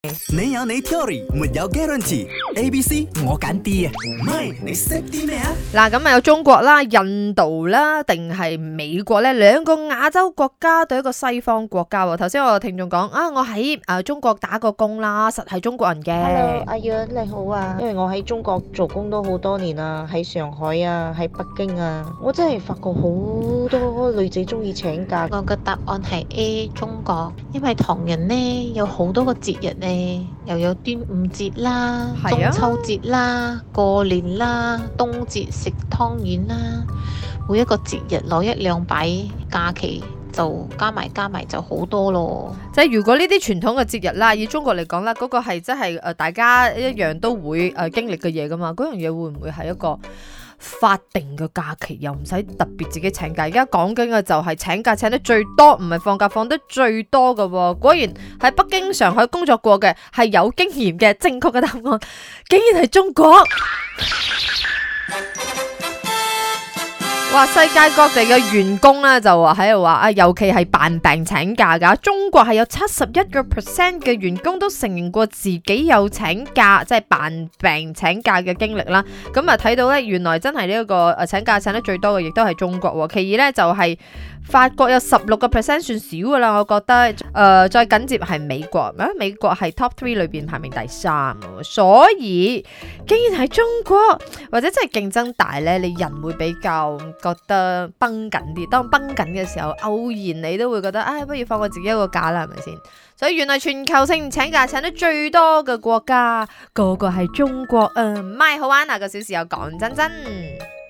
你有你 theory， 沒有 guarantee。ABC 我揀 D 啊，唔係你識啲咩啊？ 嗱，咁啊有中國啦、印度啦，定係美國咧？兩個亞洲國家對一個西方國家喎。頭先我有聽眾講啊，我喺中國打過工啦，實係中國人嘅。 Hello， 阿楊你好啊，因為我喺中國做工都好多年啦，喺上海啊，喺北京啊，我真係發覺好多女仔中意請假。 我嘅答案係 A 中國，因為唐人呢有好多個節日呢，又有端午節啦、中秋節啦、過年啦、冬節食湯圓啦，每一個節日攞一兩擺假期就加埋就好多咯。 即係如果呢啲傳統嘅節日啦，以中國嚟講啦，嗰個係真係大家一樣都會經歷嘅嘢噶嘛，嗰樣嘢會唔會係一個法定嘅假期，又唔使特別自己請假？而家講緊嘅就係請假請得最多，唔係放假放得最多嘅喎。果然喺北京、上海工作過嘅係有經驗嘅，正確嘅答案竟然係中國。哇！世界各地嘅員工咧就話喺度話啊，尤其係扮病請假噶。中國係有71% 嘅員工都承認過自己有請假，即係扮病請假嘅經歷啦。咁啊睇到咧，原來真係呢一個請假請得最多嘅，亦都係中國。其二咧就係法國有16%算少噶啦，我覺得。再緊接係美國，美國係 Top 3裏邊排名第3，所以竟然係中國，或者真係競爭大咧，你人會比較覺得繃緊啲。當繃緊嘅時候，偶然你都會覺得，不如放過自己一個假啦，係咪先？所以原來全球性請假請得最多嘅國家，個係中國。唔係好玩，下個小時又講真真。